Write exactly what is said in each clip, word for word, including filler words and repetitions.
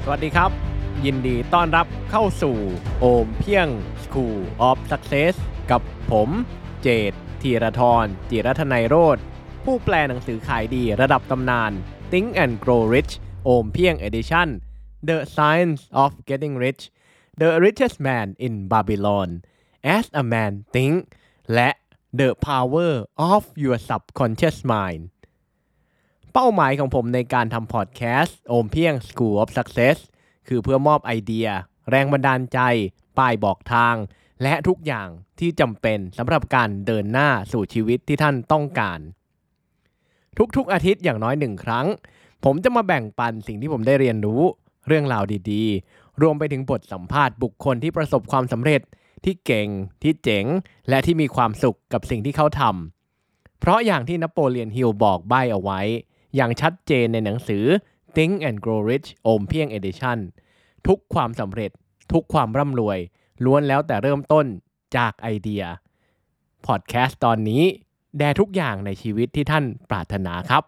สวัสดีครับยินดีต้อนรับเข้าสู่โอมเพียง School of Success กับผมเจตธีรธรจิรัทนัยโรจน์ผู้แปลหนังสือขายดีระดับตำนาน Think and Grow Rich โอมเพียง Edition The Science of Getting Rich The Richest Man in Babylon As a Man Think และ The Power of Your Subconscious Mindเป้าหมายของผมในการทำพอดแคสต์โอมเพียง School of Success คือเพื่อมอบไอเดียแรงบันดาลใจป้ายบอกทางและทุกอย่างที่จำเป็นสำหรับการเดินหน้าสู่ชีวิตที่ท่านต้องการทุกๆอาทิตย์อย่างน้อยหนึ่งครั้งผมจะมาแบ่งปันสิ่งที่ผมได้เรียนรู้เรื่องราวดีๆรวมไปถึงบทสัมภาษณ์บุคคลที่ประสบความสำเร็จที่เก่งที่เจ๋งและที่มีความสุขกับสิ่งที่เขาทำเพราะอย่างที่นโปเลียนฮิลบอกใบ้เอาไว้อย่างชัดเจนในหนังสือ Think and Grow Rich โอมเพียง Edition ทุกความสำเร็จทุกความร่ำรวยล้วนแล้วแต่เริ่มต้นจากไอเดียพอดแคสต์ตอนนี้แด่ทุกอย่างในชีวิตที่ท่านปรารถนาครับ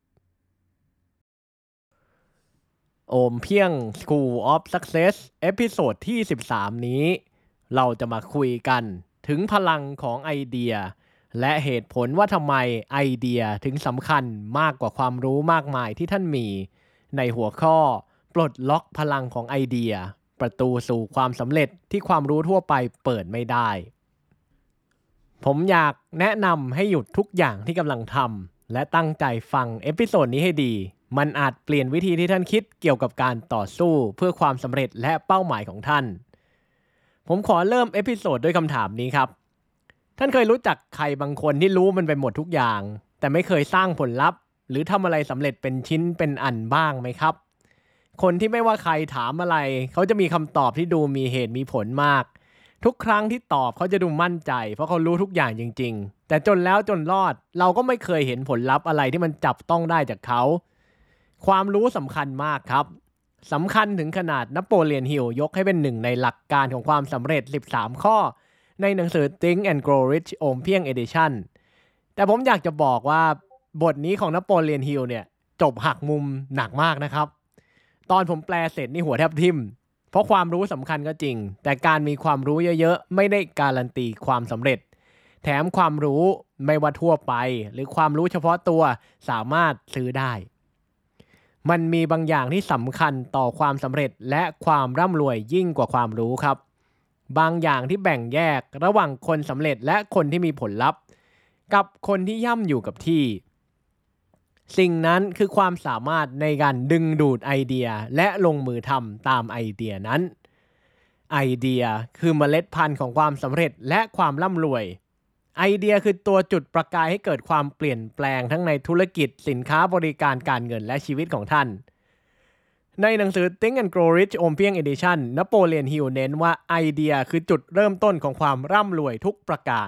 โอมเพียง School of Success เอพิโซดที่สิบสามนี้เราจะมาคุยกันถึงพลังของไอเดียและเหตุผลว่าทำไมไอเดียถึงสำคัญมากกว่าความรู้มากมายที่ท่านมีในหัวข้อปลดล็อกพลังของไอเดียประตูสู่ความสำเร็จที่ความรู้ทั่วไปเปิดไม่ได้ผมอยากแนะนำให้หยุดทุกอย่างที่กำลังทำและตั้งใจฟังเอพิโซดนี้ให้ดีมันอาจเปลี่ยนวิธีที่ท่านคิดเกี่ยวกับการต่อสู้เพื่อความสำเร็จและเป้าหมายของท่านผมขอเริ่มเอพิโซดด้วยคำถามนี้ครับท่านเคยรู้จักใครบางคนที่รู้มันไปหมดทุกอย่างแต่ไม่เคยสร้างผลลัพธ์หรือทำอะไรสำเร็จเป็นชิ้นเป็นอันบ้างไหมครับคนที่ไม่ว่าใครถามอะไรเขาจะมีคำตอบที่ดูมีเหตุมีผลมากทุกครั้งที่ตอบเขาจะดูมั่นใจเพราะเขารู้ทุกอย่างจริงๆแต่จนแล้วจนรอดเราก็ไม่เคยเห็นผลลัพธ์อะไรที่มันจับต้องได้จากเขาความรู้สำคัญมากครับสำคัญถึงขนาดนโปเลียนฮิลยกให้เป็นหนึ่งในหลักการของความสำเร็จสิบสามข้อในหนังสือ Think and Grow Rich โอมเพียง Edition แต่ผมอยากจะบอกว่าบทนี้ของนโปเลียนฮิลเนี่ยจบหักมุมหนักมากนะครับตอนผมแปลเสร็จนี่หัวแทบทิ่มเพราะความรู้สำคัญก็จริงแต่การมีความรู้เยอะๆไม่ได้การันตีความสำเร็จแถมความรู้ไม่ว่าทั่วไปหรือความรู้เฉพาะตัวสามารถซื้อได้มันมีบางอย่างที่สำคัญต่อความสำเร็จและความร่ำรวยยิ่งกว่าความรู้ครับบางอย่างที่แบ่งแยกระหว่างคนสำเร็จและคนที่มีผลลัพธ์กับคนที่ย่ำอยู่กับที่สิ่งนั้นคือความสามารถในการดึงดูดไอเดียและลงมือทำตามไอเดียนั้นไอเดียคือเมล็ดพันธุ์ของความสำเร็จและความร่ำรวยไอเดียคือตัวจุดประกายให้เกิดความเปลี่ยนแปลงทั้งในธุรกิจสินค้าบริการการเงินและชีวิตของท่านในหนังสือ Think and Grow Rich โอมเพียง Edition นโปเลียนฮิลเน้นว่าไอเดียคือจุดเริ่มต้นของความร่ำรวยทุกประการ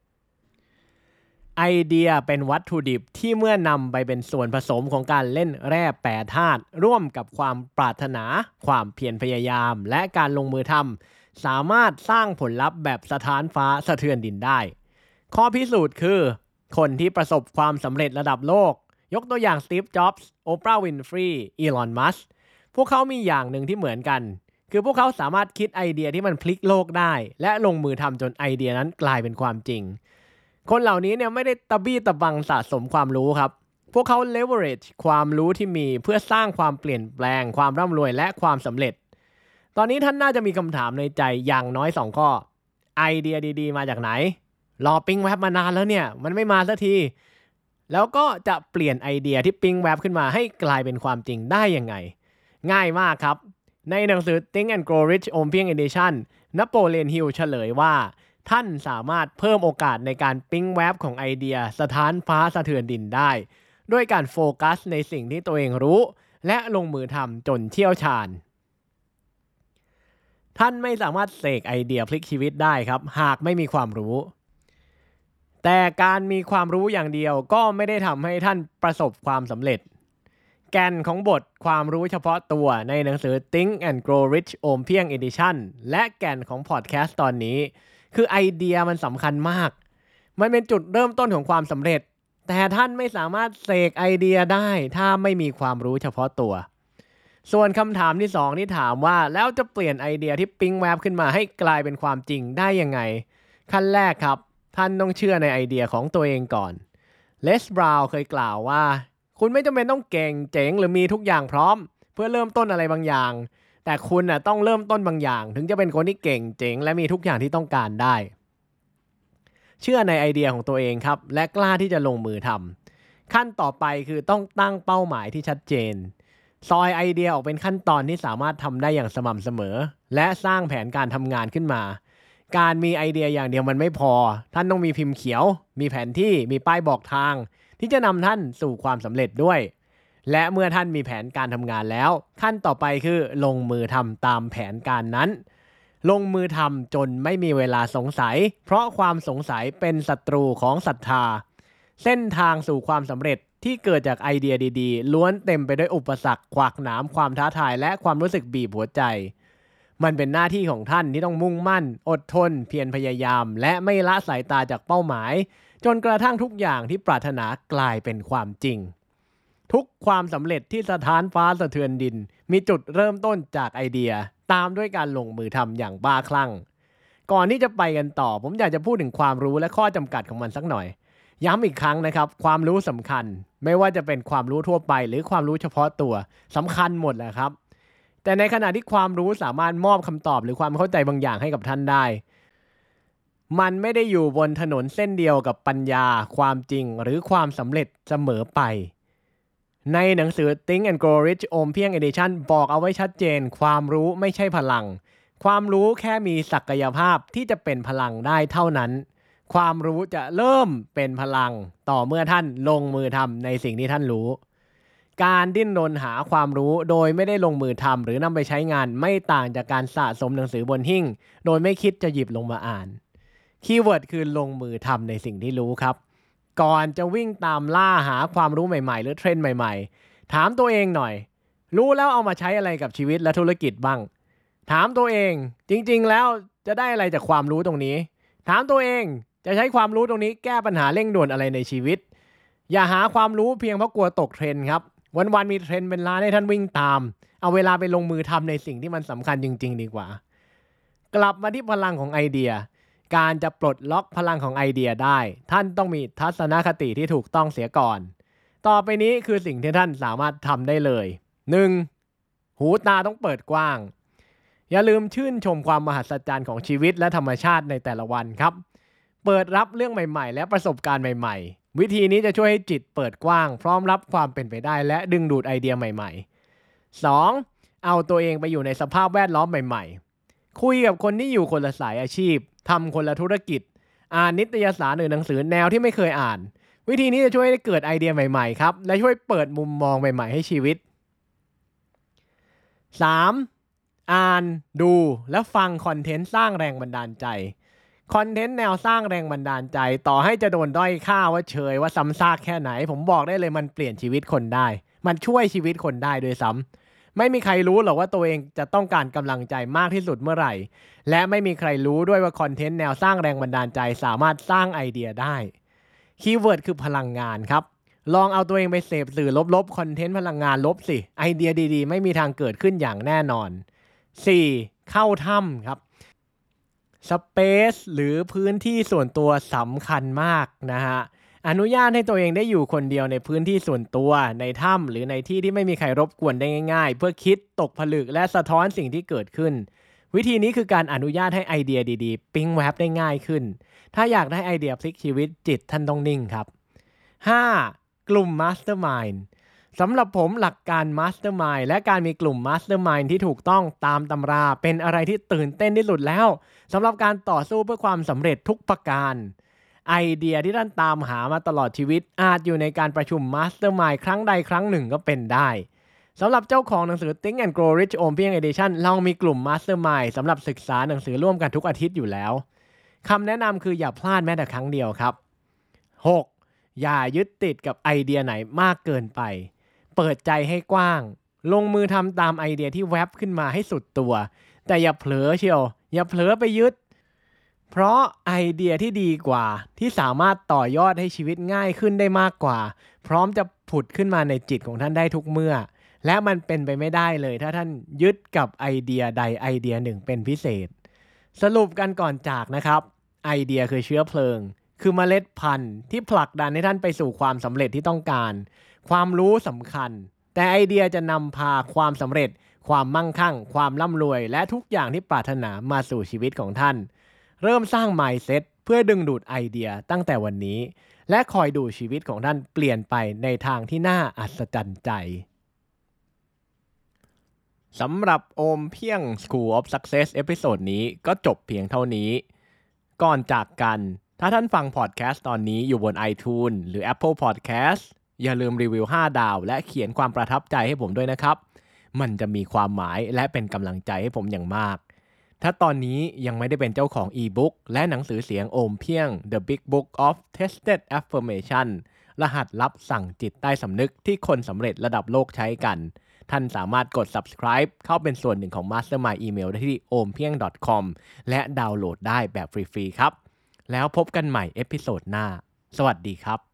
ไอเดียเป็นวัตถุดิบที่เมื่อนำไปเป็นส่วนผสมของการเล่นแร่แปรธาตุร่วมกับความปรารถนาความเพียรพยายามและการลงมือทำสามารถสร้างผลลัพธ์แบบสถานฟ้าสะเทือนดินได้ข้อพิสูจน์คือคนที่ประสบความสำเร็จระดับโลกยกตัวอย่างสตีฟ จ็อบส์ โอปราห์ วินฟรีย์ อีลอน มัสก์พวกเขามีอย่างหนึ่งที่เหมือนกันคือพวกเขาสามารถคิดไอเดียที่มันพลิกโลกได้และลงมือทำจนไอเดียนั้นกลายเป็นความจริงคนเหล่านี้เนี่ยไม่ได้ตะบี้ตะบังสะสมความรู้ครับพวกเขา leverage ความรู้ที่มีเพื่อสร้างความเปลี่ยนแปลงความร่ำรวยและความสำเร็จตอนนี้ท่านน่าจะมีคำถามในใจอย่างน้อยสองข้อไอเดียดีๆมาจากไหนรอปิ๊งแวบมานานแล้วเนี่ยมันไม่มาสักทีแล้วก็จะเปลี่ยนไอเดียที่ปิ๊งแวบขึ้นมาให้กลายเป็นความจริงได้ยังไงง่ายมากครับในหนังสือ Think and Grow Rich โอมเพียง Edition นโปเลียนฮิลเฉลยว่าท่านสามารถเพิ่มโอกาสในการปิ๊งแวบของไอเดียสถานฟ้าสะเทือนดินได้ด้วยการโฟกัสในสิ่งที่ตัวเองรู้และลงมือทำจนเชี่ยวชาญท่านไม่สามารถเสกไอเดียพลิกชีวิตได้ครับหากไม่มีความรู้แต่การมีความรู้อย่างเดียวก็ไม่ได้ทำให้ท่านประสบความสำเร็จแก่นของบทความรู้เฉพาะตัวในหนังสือ Think and Grow Rich โอมเพียง Edition และแก่นของพอดแคสต์ตอนนี้คือไอเดียมันสำคัญมากมันเป็นจุดเริ่มต้นของความสำเร็จแต่ท่านไม่สามารถเสกไอเดียได้ถ้าไม่มีความรู้เฉพาะตัวส่วนคำถามที่สองที่ถามว่าแล้วจะเปลี่ยนไอเดียที่ปิ๊งแวบขึ้นมาให้กลายเป็นความจริงได้ยังไงขั้นแรกครับท่านต้องเชื่อในไอเดียของตัวเองก่อนเลสบราวน์เคยกล่าวว่าคุณไม่จำเป็นต้องเก่งเจ๋งหรือมีทุกอย่างพร้อมเพื่อเริ่มต้นอะไรบางอย่างแต่คุณน่ะต้องเริ่มต้นบางอย่างถึงจะเป็นคนที่เก่งเจ๋งและมีทุกอย่างที่ต้องการได้เชื่อในไอเดียของตัวเองครับและกล้าที่จะลงมือทำขั้นต่อไปคือต้องตั้งเป้าหมายที่ชัดเจนซอยไอเดียออกเป็นขั้นตอนที่สามารถทำได้อย่างสม่ำเสมอและสร้างแผนการทำงานขึ้นมาการมีไอเดียอย่างเดียวมันไม่พอท่านต้องมีพิมพ์เขียวมีแผนที่มีป้ายบอกทางที่จะนำท่านสู่ความสำเร็จด้วยและเมื่อท่านมีแผนการทำงานแล้วขั้นต่อไปคือลงมือทำตามแผนการนั้นลงมือทำจนไม่มีเวลาสงสัยเพราะความสงสัยเป็นศัตรูของศรัทธาเส้นทางสู่ความสำเร็จที่เกิดจากไอเดียดีๆล้วนเต็มไปด้วยอุปสรรคขวากหนามความท้าทายและความรู้สึกบีบหัวใจมันเป็นหน้าที่ของท่านที่ต้องมุ่งมั่นอดทนเพียรพยายามและไม่ละสายตาจากเป้าหมายจนกระทั่งทุกอย่างที่ปรารถนากลายเป็นความจริงทุกความสำเร็จที่สะท้านฟ้าสะเทือนดินมีจุดเริ่มต้นจากไอเดียตามด้วยการลงมือทำอย่างบ้าคลั่งก่อนที่จะไปกันต่อผมอยากจะพูดถึงความรู้และข้อจำกัดของมันสักหน่อยย้ำอีกครั้งนะครับความรู้สำคัญไม่ว่าจะเป็นความรู้ทั่วไปหรือความรู้เฉพาะตัวสำคัญหมดแหละครับแต่ในขณะที่ความรู้สามารถมอบคำตอบหรือความเข้าใจบางอย่างให้กับท่านได้มันไม่ได้อยู่บนถนนเส้นเดียวกับปัญญาความจริงหรือความสำเร็จเสมอไปในหนังสือ Think and Grow Rich โอมเพียง Edition บอกเอาไว้ชัดเจนความรู้ไม่ใช่พลังความรู้แค่มีศักยภาพที่จะเป็นพลังได้เท่านั้นความรู้จะเริ่มเป็นพลังต่อเมื่อท่านลงมือทำในสิ่งที่ท่านรู้การดิ้นรนหาความรู้โดยไม่ได้ลงมือทำหรือนำไปใช้งานไม่ต่างจากการสะสมหนังสือบนหิ้งโดยไม่คิดจะหยิบลงมาอ่านคีย์เวิร์ดคือลงมือทำในสิ่งที่รู้ครับก่อนจะวิ่งตามล่าหาความรู้ใหม่ๆหรือเทรนด์ใหม่ๆถามตัวเองหน่อยรู้แล้วเอามาใช้อะไรกับชีวิตและธุรกิจบ้างถามตัวเองจริงๆแล้วจะได้อะไรจากความรู้ตรงนี้ถามตัวเองจะใช้ความรู้ตรงนี้แก้ปัญหาเร่งด่วนอะไรในชีวิตอย่าหาความรู้เพียงเพราะกลัวตกเทรนด์ครับวันๆมีเทรนด์เป็นล้านให้ท่านวิ่งตามเอาเวลาไปลงมือทำในสิ่งที่มันสำคัญจริงๆดีกว่ากลับมาที่พลังของไอเดียการจะปลดล็อกพลังของไอเดียได้ท่านต้องมีทัศนคติที่ถูกต้องเสียก่อนต่อไปนี้คือสิ่งที่ท่านสามารถทำได้เลย หนึ่ง. หูตาต้องเปิดกว้างอย่าลืมชื่นชมความมหัศจรรย์ของชีวิตและธรรมชาติในแต่ละวันครับเปิดรับเรื่องใหม่ๆและประสบการณ์ใหม่ๆวิธีนี้จะช่วยให้จิตเปิดกว้างพร้อมรับความเป็นไปได้และดึงดูดไอเดียใหม่ๆ สอง. เอาตัวเองไปอยู่ในสภาพแวดล้อมใหม่ๆคุยกับคนที่อยู่คนละสายอาชีพทำคนละธุรกิจอ่านนิตยสารหรือหนังสือแนวที่ไม่เคยอ่านวิธีนี้จะช่วยให้เกิดไอเดียใหม่ๆครับและช่วยเปิดมุมมองใหม่ๆให้ชีวิต สาม. อ่านดูและฟังคอนเทนต์สร้างแรงบันดาลใจคอนเทนต์แนวสร้างแรงบันดาลใจต่อให้จะโดนด้อยค่าว่าเชยว่าซ้ำซากแค่ไหนผมบอกได้เลยมันเปลี่ยนชีวิตคนได้มันช่วยชีวิตคนได้ด้วยซ้ำไม่มีใครรู้หรอกว่าตัวเองจะต้องการกำลังใจมากที่สุดเมื่อไหร่และไม่มีใครรู้ด้วยว่าคอนเทนต์แนวสร้างแรงบันดาลใจสามารถสร้างไอเดียได้คีย์เวิร์ดคือพลังงานครับลองเอาตัวเองไปเสพสื่อลบๆคอนเทนต์พลังงานลบสิไอเดียดีๆไม่มีทางเกิดขึ้นอย่างแน่นอน สี่. เข้าถ้ำครับสเปซหรือพื้นที่ส่วนตัวสำคัญมากนะฮะอนุญาตให้ตัวเองได้อยู่คนเดียวในพื้นที่ส่วนตัวในถ้ำหรือในที่ที่ไม่มีใครรบกวนได้ง่ายๆเพื่อคิดตกผลึกและสะท้อนสิ่งที่เกิดขึ้นวิธีนี้คือการอนุญาตให้ไอเดียดีๆปิ๊งแวบได้ง่ายขึ้นถ้าอยากได้ไอเดียพลิกชีวิตจิตท่านต้องนิ่งครับ ห้า. กลุ่ม Mastermind สำหรับผมหลักการ Mastermind และการมีกลุ่ม Mastermind ที่ถูกต้องตามตำราเป็นอะไรที่ตื่นเต้นที่สุดแล้วสำหรับการต่อสู้เพื่อความสำเร็จทุกประการไอเดียที่ท่านตามหามาตลอดชีวิตอาจอยู่ในการประชุม Mastermind ครั้งใดครั้งหนึ่งก็เป็นได้สำหรับเจ้าของหนังสือ Think and Grow Rich โอมเพียง Edition เรามีกลุ่ม Mastermind สำหรับศึกษาหนังสือร่วมกันทุกอาทิตย์อยู่แล้วคำแนะนำคืออย่าพลาดแม้แต่ครั้งเดียวครับ หก. อย่ายึดติดกับไอเดียไหนมากเกินไปเปิดใจให้กว้างลงมือทำตามไอเดียที่แวบขึ้นมาให้สุดตัวแต่อย่าเผลอเชียวอย่าเผลอไปยึดเพราะไอเดียที่ดีกว่าที่สามารถต่อยอดให้ชีวิตง่ายขึ้นได้มากกว่าพร้อมจะผุดขึ้นมาในจิตของท่านได้ทุกเมื่อและมันเป็นไปไม่ได้เลยถ้าท่านยึดกับไอเดียใดไอเดียหนึ่งเป็นพิเศษสรุปกันก่อนจากนะครับไอเดียคือเชื้อเพลิงคือเมล็ดพันธุ์ที่ผลักดันให้ท่านไปสู่ความสำเร็จที่ต้องการความรู้สำคัญแต่ไอเดียจะนำพาความสำเร็จความมั่งคั่งความร่ำรวยและทุกอย่างที่ปรารถนามาสู่ชีวิตของท่านเริ่มสร้าง mindset เพื่อดึงดูดไอเดียตั้งแต่วันนี้และคอยดูชีวิตของท่านเปลี่ยนไปในทางที่น่าอัศจรรย์ใจสำหรับโอมเพียง School of Success เอพิโซดนี้ก็จบเพียงเท่านี้ก่อนจากกันถ้าท่านฟังพอดแคสต์ตอนนี้อยู่บน iTunes หรือ Apple Podcast อย่าลืมรีวิวห้าดาวและเขียนความประทับใจให้ผมด้วยนะครับมันจะมีความหมายและเป็นกำลังใจให้ผมอย่างมากถ้าตอนนี้ยังไม่ได้เป็นเจ้าของอีบุ๊กและหนังสือเสียงโอมเพียง The Big Book of Tested Affirmation รหัสลับสั่งจิตใต้สำนึกที่คนสำเร็จระดับโลกใช้กันท่านสามารถกด subscribe เข้าเป็นส่วนหนึ่งของ Mastermind Email ได้ที่ โอมเพียง ดอท คอม และดาวน์โหลดได้แบบฟรีๆครับแล้วพบกันใหม่เอพิโซดหน้าสวัสดีครับ